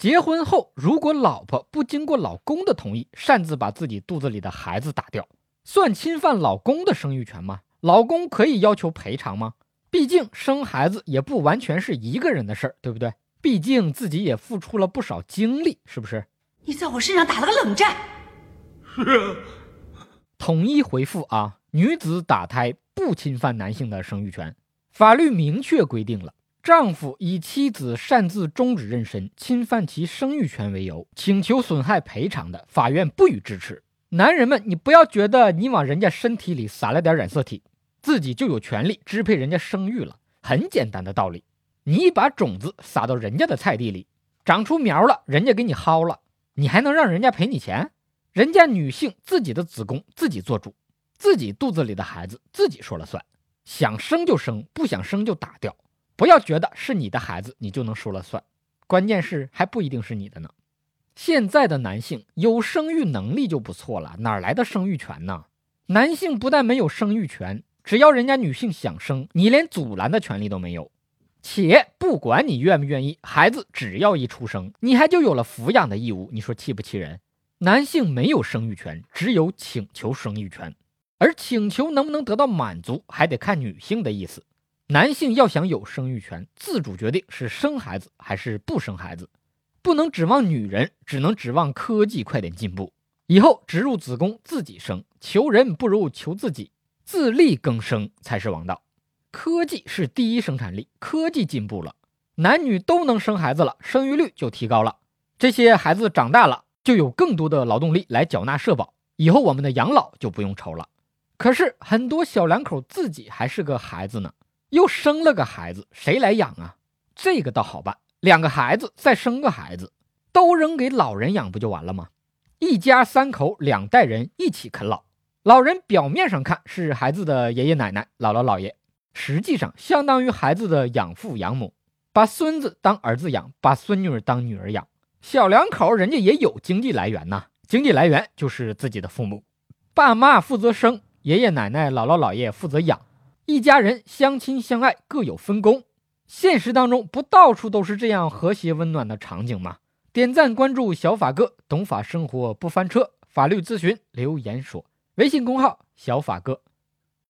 结婚后，如果老婆不经过老公的同意，擅自把自己肚子里的孩子打掉，算侵犯老公的生育权吗？老公可以要求赔偿吗？毕竟生孩子也不完全是一个人的事儿，对不对？毕竟自己也付出了不少精力，是不是？ 你在我身上打了个冷战。 是啊。 统一回复啊，女子打胎不侵犯男性的生育权。法律明确规定了，丈夫以妻子擅自终止妊娠、侵犯其生育权为由，请求损害赔偿的，法院不予支持。男人们，你不要觉得你往人家身体里撒了点染色体，自己就有权利支配人家生育了。很简单的道理，你一把种子撒到人家的菜地里，长出苗了，人家给你薅了，你还能让人家赔你钱？人家女性自己的子宫自己做主，自己肚子里的孩子自己说了算，想生就生，不想生就打掉。不要觉得是你的孩子你就能说了算，关键是还不一定是你的呢。现在的男性有生育能力就不错了，哪来的生育权呢？男性不但没有生育权，只要人家女性想生，你连阻拦的权利都没有。且不管你愿不愿意，孩子只要一出生，你还就有了抚养的义务，你说气不气人？男性没有生育权，只有请求生育权，而请求能不能得到满足，还得看女性的意思。男性要想有生育权，自主决定是生孩子还是不生孩子，不能指望女人，只能指望科技快点进步。以后植入子宫自己生，求人不如求自己，自力更生才是王道。科技是第一生产力，科技进步了，男女都能生孩子了，生育率就提高了。这些孩子长大了，就有更多的劳动力来缴纳社保，以后我们的养老就不用愁了。可是很多小两口自己还是个孩子呢，又生了个孩子，谁来养啊？这个倒好办，2个孩子再生个孩子，都扔给老人养不就完了吗？一家3口2代人一起啃老，老人表面上看是孩子的爷爷奶奶、姥姥姥爷，实际上相当于孩子的养父养母，把孙子当儿子养，把孙女儿当女儿养。小两口人家也有经济来源呐，经济来源就是自己的父母，爸妈负责生，爷爷奶奶姥姥姥爷负责养，一家人相亲相爱，各有分工。现实当中不到处都是这样和谐温暖的场景吗？点赞关注小法哥，懂法生活不翻车，法律咨询留言说，微信公号小法哥。